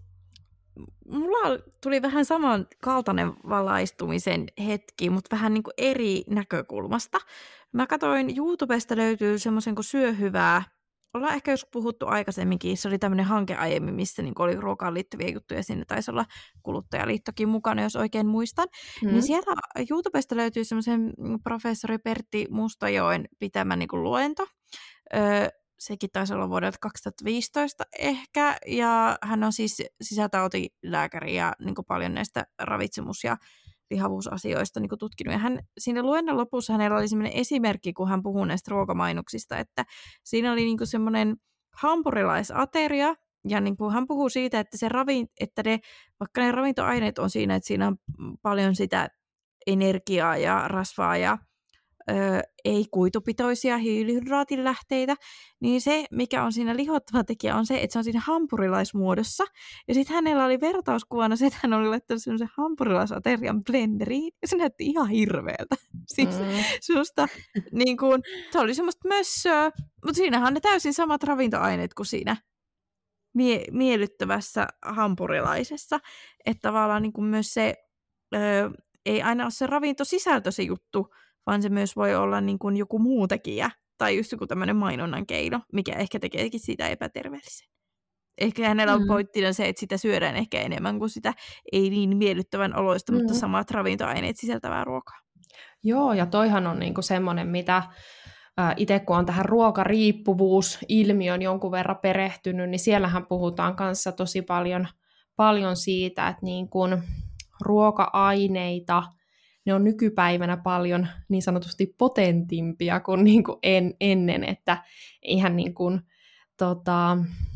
mulla tuli vähän samankaltainen valaistumisen hetki, mutta vähän niin kuin eri näkökulmasta. Mä katsoin, YouTubesta löytyy semmoisen kuin Syö hyvää. Ollaan ehkä jos puhuttu aikaisemminkin, se oli tämmöinen hanke aiemmin, missä niin oli ruokaan liittyviä juttuja, sinne taisi olla Kuluttajaliittokin mukana, jos oikein muistan. Mm. Niin sieltä YouTubesta löytyy semmoisen professori Pertti Mustajoen pitämä niin kuin luento. Öö, sekin taisi olla vuodelta kaksituhattaviisitoista ehkä, ja hän on siis sisätautilääkäri ja niin kuin paljon näistä ravitsemus- ja lihavuusasioista niin kuin tutkinut. Ja hän, siinä luennon lopussa hänellä oli semmoinen esimerkki, kun hän puhuu näistä ruokamainoksista, että siinä oli niin kuin semmoinen hampurilaisateria, ja niin kuin hän puhuu siitä, että, se ravi, että ne, vaikka ne ravintoaineet on siinä, että siinä on paljon sitä energiaa ja rasvaa ja Öö, ei-kuitupitoisia hiilihydraatinlähteitä, niin se, mikä on siinä lihottava tekijä, on se, että se on siinä hampurilaismuodossa. Ja sitten hänellä oli vertauskuvana se, että hän oli laittanut semmoisen hampurilaisaterian blenderiin, ja se näytti ihan hirveältä. Siis mm. susta, niin kun, se oli semmoista mössöä, mutta siinähän on ne täysin samat ravintoaineet kuin siinä mie- miellyttävässä hampurilaisessa. Että tavallaan niin kun myös se, öö, ei aina ole se ravintosisältö se juttu, vaan se myös voi olla niin kuin joku muu tekijä, tai just joku tämmöinen mainonnan keino, mikä ehkä tekeekin siitä epäterveellisen. Ehkä hänellä on mm. pointtina se, että sitä syödään ehkä enemmän kuin sitä ei niin miellyttävän oloista, mm. mutta samat ravintoaineet sisältävää ruokaa. Joo, ja toihan on niinku semmoinen, mitä itse kun on tähän ruokariippuvuusilmiön jonkun verran perehtynyt, niin siellähän puhutaan kanssa tosi paljon, paljon siitä, että niin kun ruoka-aineita, ne on nykypäivänä paljon niin sanotusti potentimpia kuin, niin kuin en, ennen, että eihän niin kuin, tota,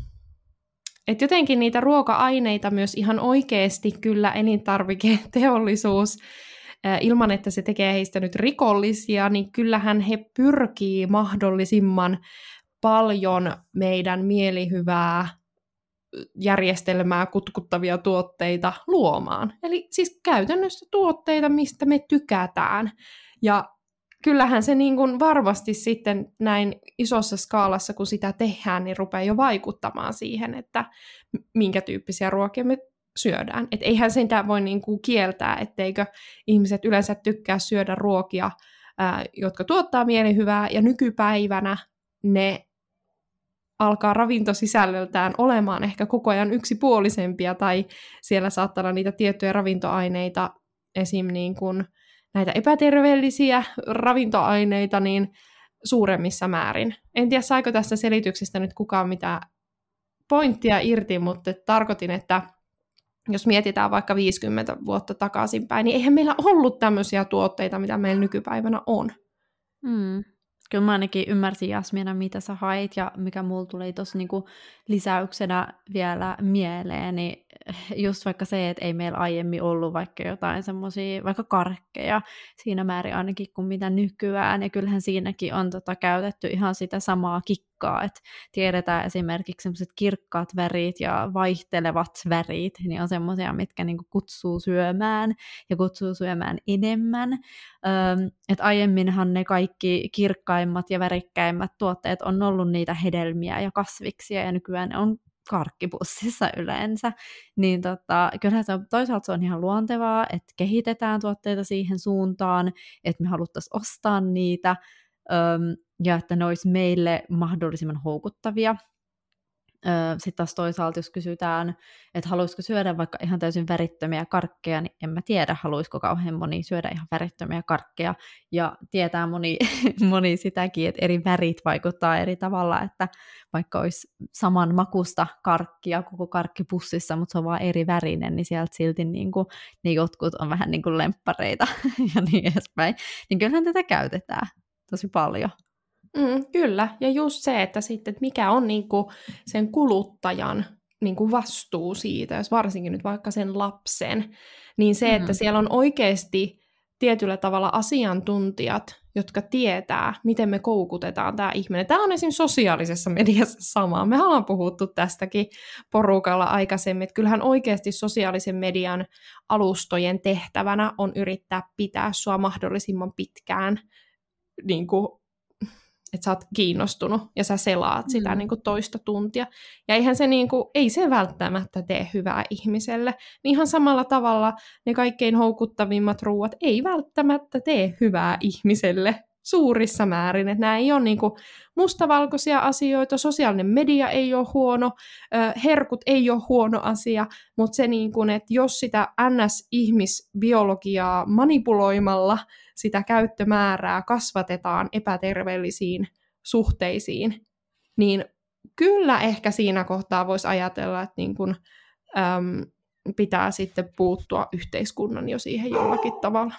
että jotenkin niitä ruoka-aineita myös ihan oikeasti kyllä elintarviketeollisuus, ilman että se tekee heistä nyt rikollisia, niin kyllähän he pyrkii mahdollisimman paljon meidän mielihyvää järjestelmää kutkuttavia tuotteita luomaan. Eli siis käytännössä tuotteita, mistä me tykätään. Ja kyllähän se niin kuin varmasti sitten näin isossa skaalassa, kun sitä tehdään, niin rupeaa jo vaikuttamaan siihen, että minkä tyyppisiä ruokia me syödään. Et eihän sitä voi niin kuin kieltää, etteikö ihmiset yleensä tykkää syödä ruokia, ää, jotka tuottaa mielihyvää, ja nykypäivänä ne alkaa ravintosisällöltään olemaan ehkä koko ajan yksipuolisempia, tai siellä saattaa olla niitä tiettyjä ravintoaineita, esim. Niin kuin näitä epäterveellisiä ravintoaineita, niin suuremmissa määrin. En tiedä, saiko tästä selityksestä nyt kukaan mitään pointtia irti, mutta tarkoitin, että jos mietitään vaikka viisikymmentä vuotta takaisinpäin, niin eihän meillä ollut tämmöisiä tuotteita, mitä meillä nykypäivänä on. Mm. Kyllä mä ainakin ymmärsin, Jasmina, mitä sä hait, ja mikä mulla tuli tuossa niinku lisäyksenä vielä mieleen, niin just vaikka se, että ei meillä aiemmin ollut vaikka jotain semmoisia, vaikka karkkeja siinä määrin ainakin kuin mitä nykyään, ja kyllähän siinäkin on tota käytetty ihan sitä samaa kikkaa, että tiedetään esimerkiksi semmoiset kirkkaat värit ja vaihtelevat värit, niin on semmoisia, mitkä niinku kutsuu syömään, ja kutsuu syömään enemmän. Öm, että aiemminhan ne kaikki kirkkaimmat ja värikkäimmät tuotteet on ollut niitä hedelmiä ja kasviksia, ja nykyään ne on karkkipussissa yleensä, niin tota, kyllähän se on, toisaalta se on ihan luontevaa, että kehitetään tuotteita siihen suuntaan, että me haluttaisiin ostaa niitä, öm, ja että ne olisi meille mahdollisimman houkuttavia. Sitten taas toisaalta, jos kysytään, että haluaisiko syödä vaikka ihan täysin värittömiä karkkeja, niin en mä tiedä, haluaisiko kauhean moni syödä ihan värittömiä karkkeja. Ja tietää moni, moni sitäkin, että eri värit vaikuttaa eri tavalla, että vaikka olisi saman makusta karkkia koko karkkipussissa, mutta se on vaan eri värinen, niin sieltä silti niin kuin, ne jotkut on vähän niin kuin lemppareita ja niin edespäin. Niin kyllähän tätä käytetään tosi paljon. Mm, kyllä, ja just se, että sitten, että mikä on niinku sen kuluttajan niinku vastuu siitä, jos varsinkin nyt vaikka sen lapsen, niin se, mm-hmm. että siellä on oikeasti tietyllä tavalla asiantuntijat, jotka tietää, miten me koukutetaan tämä ihminen. Tämä on esimerkiksi sosiaalisessa mediassa sama. Me ollaan puhuttu tästäkin porukalla aikaisemmin, että kyllähän oikeasti sosiaalisen median alustojen tehtävänä on yrittää pitää sua mahdollisimman pitkään niin kuin että sä oot kiinnostunut ja sä selaat sitä mm. niin kuin toista tuntia. Ja eihän se, niin kuin, ei se välttämättä tee hyvää ihmiselle. Niin ihan samalla tavalla ne kaikkein houkuttavimmat ruuat ei välttämättä tee hyvää ihmiselle suurissa määrin. Että nämä ei ole niin kuin mustavalkoisia asioita, sosiaalinen media ei ole huono, herkut ei ole huono asia, mutta se, niin kuin, että jos sitä N S-ihmisbiologiaa manipuloimalla sitä käyttömäärää kasvatetaan epäterveellisiin suhteisiin, niin kyllä ehkä siinä kohtaa voisi ajatella, että niin kun, äm, pitää sitten puuttua yhteiskunnan jo siihen jollakin tavalla.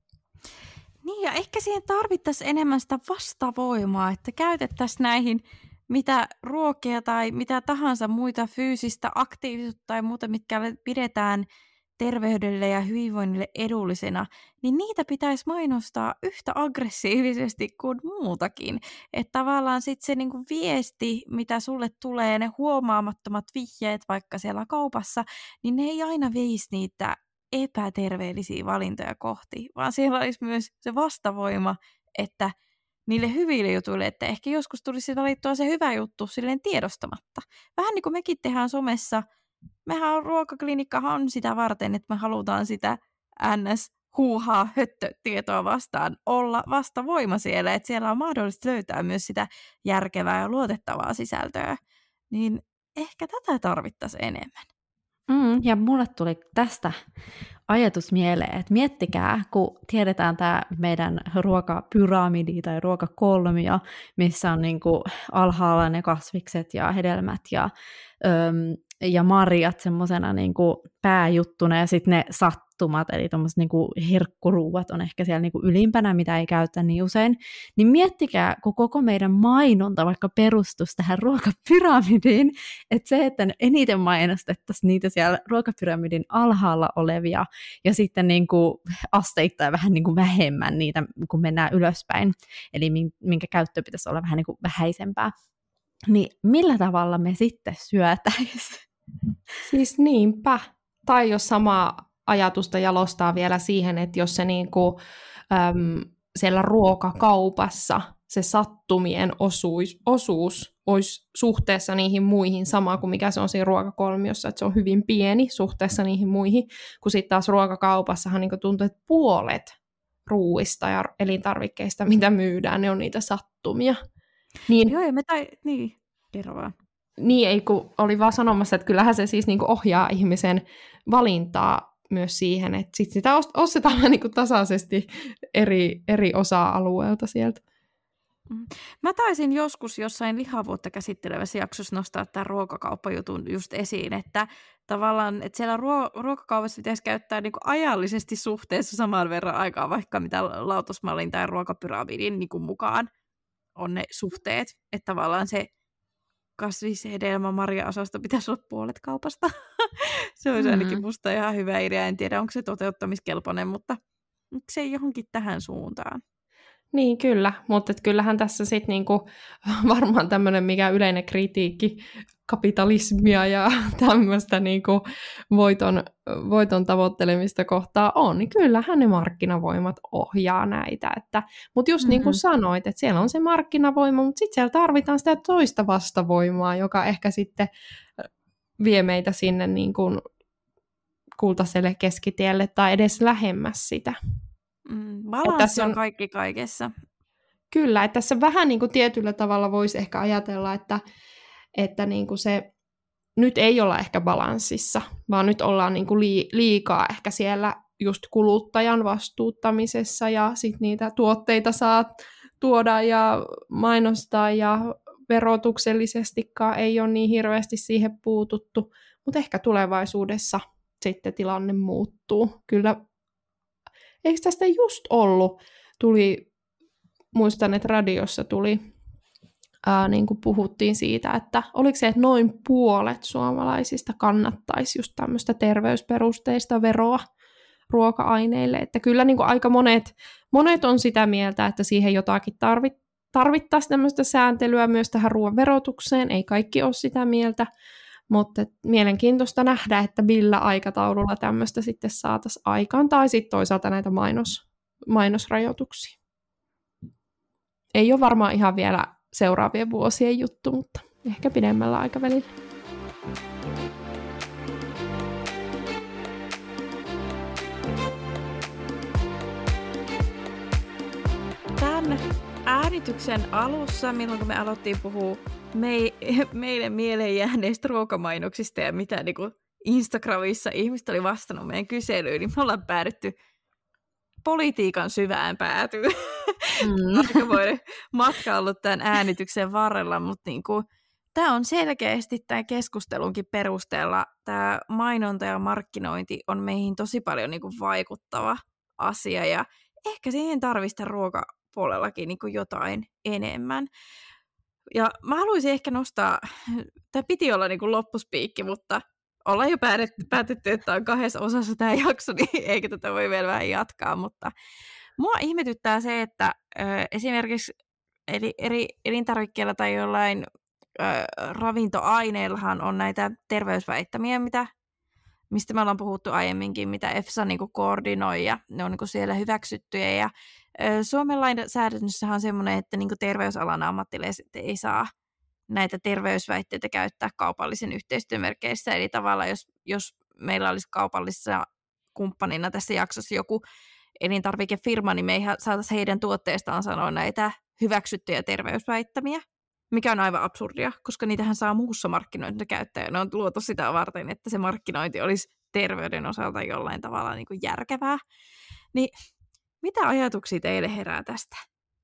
Niin, ja ehkä siihen tarvittaisiin enemmän sitä vastavoimaa, että käytettäisiin näihin mitä ruokia tai mitä tahansa muita fyysistä aktiivisuutta tai muuta, mitkä pidetään terveydelle ja hyvinvoinnille edullisena, niin niitä pitäisi mainostaa yhtä aggressiivisesti kuin muutakin. Että tavallaan sitten se niinku viesti, mitä sulle tulee, ne huomaamattomat vihjeet vaikka siellä kaupassa, niin ne ei aina veisi niitä epäterveellisiä valintoja kohti, vaan siellä olisi myös se vastavoima, että niille hyville jutuille, että ehkä joskus tulisi valittua se hyvä juttu silleen tiedostamatta. Vähän niin kuin mekin tehdään somessa. Mehän on, ruokaklinikkahan on sitä varten, että me halutaan sitä ns. Huuhaa höttötietoa vastaan olla vastavoima siellä, että siellä on mahdollista löytää myös sitä järkevää ja luotettavaa sisältöä. Niin ehkä tätä tarvittaisiin enemmän. Mm, ja mulle tuli tästä ajatus mieleen, että miettikää, kun tiedetään tämä meidän ruokapyramidi tai ruokakolmio, missä on niinku alhaalla ne kasvikset ja hedelmät ja, öm, ja marjat semmoisena niinku pääjuttuna ja sitten ne sattumat, eli tommoset niinku herkkuruuat on ehkä siellä niinku ylimpänä, mitä ei käytä niin usein, niin miettikää, kun koko meidän mainonta vaikka perustus tähän ruokapyramidiin, että se, että eniten mainostettaisiin niitä siellä ruokapyramidin alhaalla olevia ja sitten niinku asteittain vähän niinku vähemmän niitä, kun mennään ylöspäin, eli minkä käyttö pitäisi olla vähän niinku vähäisempää, niin millä tavalla me sitten syötäisiin? Siis niinpä. Tai jos samaa ajatusta jalostaa vielä siihen, että jos se niinku, äm, siellä ruokakaupassa se sattumien osuus, osuus olisi suhteessa niihin muihin sama kuin mikä se on siinä ruokakolmiossa, että se on hyvin pieni suhteessa niihin muihin, kun sitten taas ruokakaupassahan niinku tuntuu, että puolet ruuista ja elintarvikkeista, mitä myydään, ne on niitä sattumia. Niin, Joo, me tai... Niin, kerro vaan. Niin, ei kun oli vaan sanomassa, että kyllähän se siis niinku ohjaa ihmisen valintaa myös siihen, että sit sitä ostetaan niinku tasaisesti eri, eri osa-alueelta sieltä. Mä taisin joskus jossain lihavuutta käsittelevässä jaksossa nostaa tämän ruokakauppajutun just esiin, että tavallaan, että siellä ruo- ruokakaupassa pitäisi käyttää niinku ajallisesti suhteessa saman verran aikaa, vaikka mitä lautasmallin tai ruokapyramidin niinku mukaan on ne suhteet, että tavallaan se kasvishedelmä marja-osasto pitäisi olla puolet kaupasta. Se olisi mm-hmm. ainakin musta ihan hyvä idea. En tiedä, onko se toteuttamiskelpoinen, mutta se johonkin tähän suuntaan. Niin, kyllä. Mutta kyllähän tässä sitten niinku, varmaan tämmöinen mikä yleinen kritiikki kapitalismia ja tämmöistä niinku voiton, voiton tavoittelemista kohtaa on, niin kyllähän ne markkinavoimat ohjaa näitä. Mutta just mm-hmm. niin kuin sanoit, että siellä on se markkinavoima, mutta sitten siellä tarvitaan sitä toista vastavoimaa, joka ehkä sitten vie meitä sinne niin kuin kultaiselle keskitielle tai edes lähemmäs sitä. Mm, balanssi on kaikki kaikessa. Kyllä, että tässä vähän niin kuin tietyllä tavalla voisi ehkä ajatella, että, että niin kuin se nyt ei olla ehkä balanssissa, vaan nyt ollaan niin kuin liikaa ehkä siellä just kuluttajan vastuuttamisessa ja sitten niitä tuotteita saa tuoda ja mainostaa ja verotuksellisestikaan ei ole niin hirveästi siihen puututtu, mutta ehkä tulevaisuudessa sitten tilanne muuttuu. Kyllä, eikö tästä just ollut, tuli, muistan, että radiossa tuli, ää, niin kuin puhuttiin siitä, että oliko se, että noin puolet suomalaisista kannattaisi just tämmöistä terveysperusteista veroa ruoka-aineille, että kyllä niin kuin aika monet, monet on sitä mieltä, että siihen jotakin tarvit, tarvittaisiin tämmöistä sääntelyä myös tähän ruoan verotukseen, ei kaikki ole sitä mieltä, mutta mielenkiintoista nähdä, että millä aikataululla tämmöistä sitten saataisiin aikaan, tai sitten toisaalta näitä mainos, mainosrajoituksia. Ei ole varmaan ihan vielä seuraavien vuosien juttu, mutta ehkä pidemmällä aikavälillä. Tämän äänityksen alussa, milloin kun me aloittiin puhua me, meille mieleen jääneistä ruokamainoksista ja mitä niin kuin Instagramissa ihmiset oli vastannut meidän kyselyyn, niin me ollaan päädytty politiikan syvään päätyyn. Mm. Aikamoinen matka ollut tämän äänityksen varrella, mutta niin kuin, tämä on selkeästi tämän keskustelunkin perusteella, tämä mainonta ja markkinointi on meihin tosi paljon niin kuin vaikuttava asia ja ehkä siihen tarvista ruokapuolellakin niin kuin jotain enemmän. Ja mä haluaisin ehkä nostaa, tämä piti olla niin kuin loppuspiikki, mutta ollaan jo päätetty, päätetty, että on kahdessa osassa tämä jakso, niin eikä tätä voi vielä vähän jatkaa, mutta mua ihmetyttää se, että ö, esimerkiksi eli eri elintarvikkeilla tai jollain ö, ravintoaineillahan on näitä terveysväittämiä, mitä, mistä me ollaan puhuttu aiemminkin, mitä EFSA niin kuin koordinoi ja ne on niin kuin siellä hyväksyttyjä. Ja ö, Suomen lainsäädännössähän on semmoinen, että niin kuin terveysalan ammattilaiset ei saa näitä terveysväitteitä käyttää kaupallisen yhteistyömerkeissä. Eli tavallaan, jos, jos meillä olisi kaupallisessa kumppanina tässä jaksossa joku elintarvikefirma, niin me ei saataisiin heidän tuotteestaan sanoa näitä hyväksyttyjä terveysväittämiä, mikä on aivan absurdia, koska niitähän saa muussa markkinointi käyttää. Ne on luotu sitä varten, että se markkinointi olisi terveyden osalta jollain tavalla niin kuin järkevää. Niin mitä ajatuksia teille herää tästä?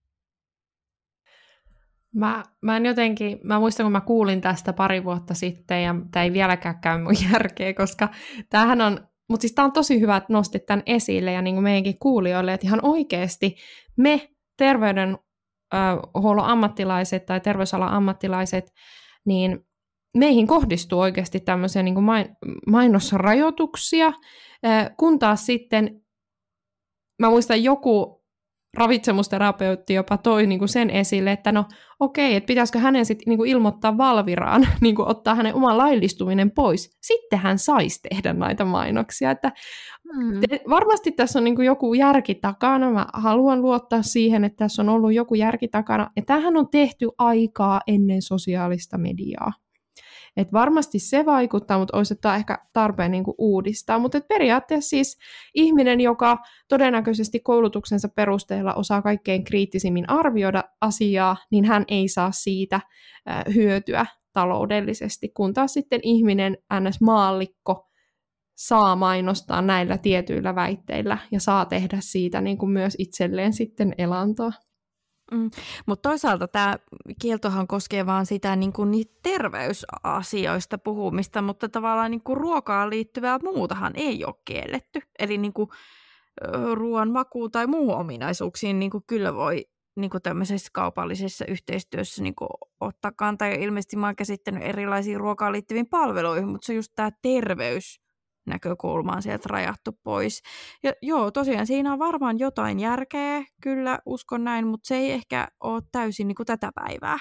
Mä, mä en jotenkin, mä muistan, kun mä kuulin tästä pari vuotta sitten, ja tämä ei vieläkään käy mun järkeä, koska tämähän on, mutta siis tämä on tosi hyvä, että nostit tämän esille, ja niin kuin meidänkin kuulijoille, että ihan oikeasti me terveydenhuollon ammattilaiset tai terveysalan ammattilaiset, niin meihin kohdistuu oikeasti tämmöisiä niin kuin mainosrajoituksia, kun taas sitten, mä muistan joku ravitsemusterapeutti jopa toi niin kuin sen esille, että no okei, että pitäisikö hänen sitten niin kuin ilmoittaa Valviraan, niin kuin ottaa hänen oman laillistuminen pois. Sitten hän saisi tehdä näitä mainoksia. Että mm. te, varmasti tässä on niin kuin joku järki takana. Mä haluan luottaa siihen, että tässä on ollut joku järki takana. Ja tämähän on tehty aikaa ennen sosiaalista mediaa. Et varmasti se vaikuttaa, mutta olisi ehkä tarpeen niinku uudistaa. Mutta periaatteessa siis ihminen, joka todennäköisesti koulutuksensa perusteella osaa kaikkein kriittisimmin arvioida asiaa, niin hän ei saa siitä äh, hyötyä taloudellisesti, kun taas sitten ihminen, ns. Maallikko, saa mainostaa näillä tietyillä väitteillä ja saa tehdä siitä niinku myös itselleen sitten elantoa. Mm. Mutta toisaalta tämä kieltohan koskee vaan sitä niin kuin niitä terveysasioista puhumista, mutta tavallaan niin kuin ruokaan liittyvää muutahan ei ole kielletty. Eli niin kuin, ruoan makuun tai muuhun ominaisuuksiin niin kuin kyllä voi niin kuin tämmöisessä kaupallisessa yhteistyössä niin kuin ottaa kantaa. Ja ilmeisesti mä oon käsittänyt erilaisiin ruokaan liittyviin palveluihin, mutta se on just tämä terveys. Näkökulma on sieltä rajattu pois. Ja joo, tosiaan siinä on varmaan jotain järkeä, kyllä uskon näin, mutta se ei ehkä ole täysin niin kuin tätä päivää.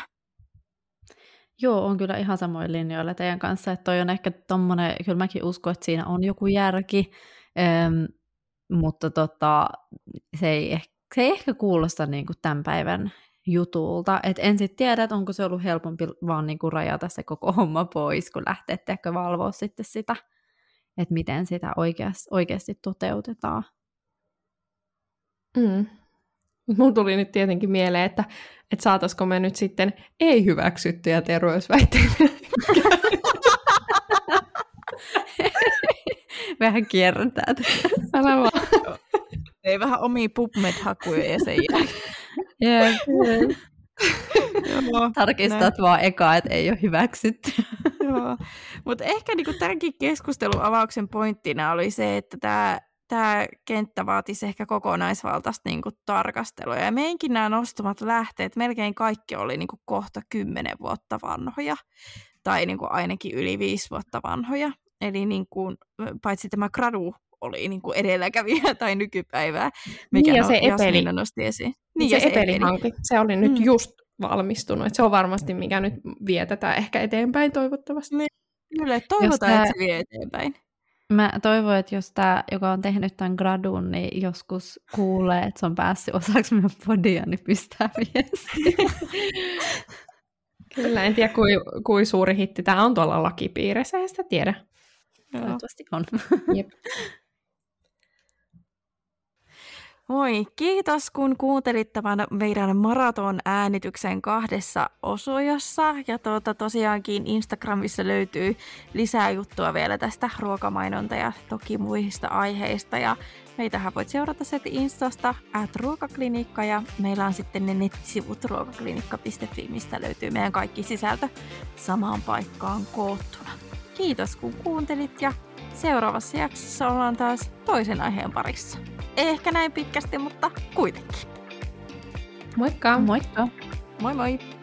Joo, on kyllä ihan samoin linjoilla teidän kanssa, että toi on ehkä tommonen, kyllä mäkin uskon, että siinä on joku järki, ähm, mutta tota, se, ei ehkä, se ei ehkä kuulosta niin kuin tämän päivän jutulta. Et en sitten tiedä, että onko se ollut helpompi vaan niin kuin rajata se koko homma pois, kun lähtee ehkä valvoa sitten sitä, että miten sitä oikeasti, oikeasti toteutetaan. Mm. Mun tuli nyt tietenkin mieleen, että, että saataisiko me nyt sitten ei-hyväksyttyjä terveysväitteitä. Vähän kierrätään. Älä vaan. Ei vähän omia PubMed-hakuja ja sen jälkeen. Jep. Joo, Tarkistat näin. vaan eka, että ei ole hyväksytty. Joo. Mutta ehkä niinku tämänkin keskustelun avauksen pointtina oli se, että tämä tämä kenttä vaatisi ehkä kokonaisvaltaista niinku tarkastelua. Ja meidänkin nämä nostamat lähteet, melkein kaikki oli niinku kohta kymmenen vuotta vanhoja, tai niinku ainakin yli viisi vuotta vanhoja. Eli niinku, paitsi tämä gradu oli niinku edelläkävijä tai nykypäivää, mikä Niin ja no, se Jasmina nosti esiin. Niin, ja se, se Epeli-hanke, se oli nyt Mm. just valmistunut. Et se on varmasti, mikä nyt vietetään ehkä eteenpäin toivottavasti. Niin. Kyllä, toivotaan, tää- että se vie eteenpäin. Mä toivon, että jos tämä, joka on tehnyt tämän gradun, niin joskus kuulee, että se on päässyt osaksi meidän podia, niin pistää viestiä. Kyllä, en tiedä kui, kui suuri hitti tämä on tuolla lakipiirissä, en sitä tiedä. Toivottavasti on. Jep. Moi, kiitos kun kuuntelit tämän meidän maraton äänityksen kahdessa osujassa. Ja tuota, tosiaankin Instagramissa löytyy lisää juttua vielä tästä ruokamainonta ja toki muista aiheista. Ja meitähän voit seurata sieltä Instasta at ruokaklinikka ja meillä on sitten ne nettisivut ruokaklinikka piste fi, mistä löytyy meidän kaikki sisältö samaan paikkaan koottuna. Kiitos kun kuuntelit ja seuraavassa jaksossa ollaan taas toisen aiheen parissa. Ei ehkä näin pitkästi, mutta kuitenkin. Moikka! Moikka! Moi moi!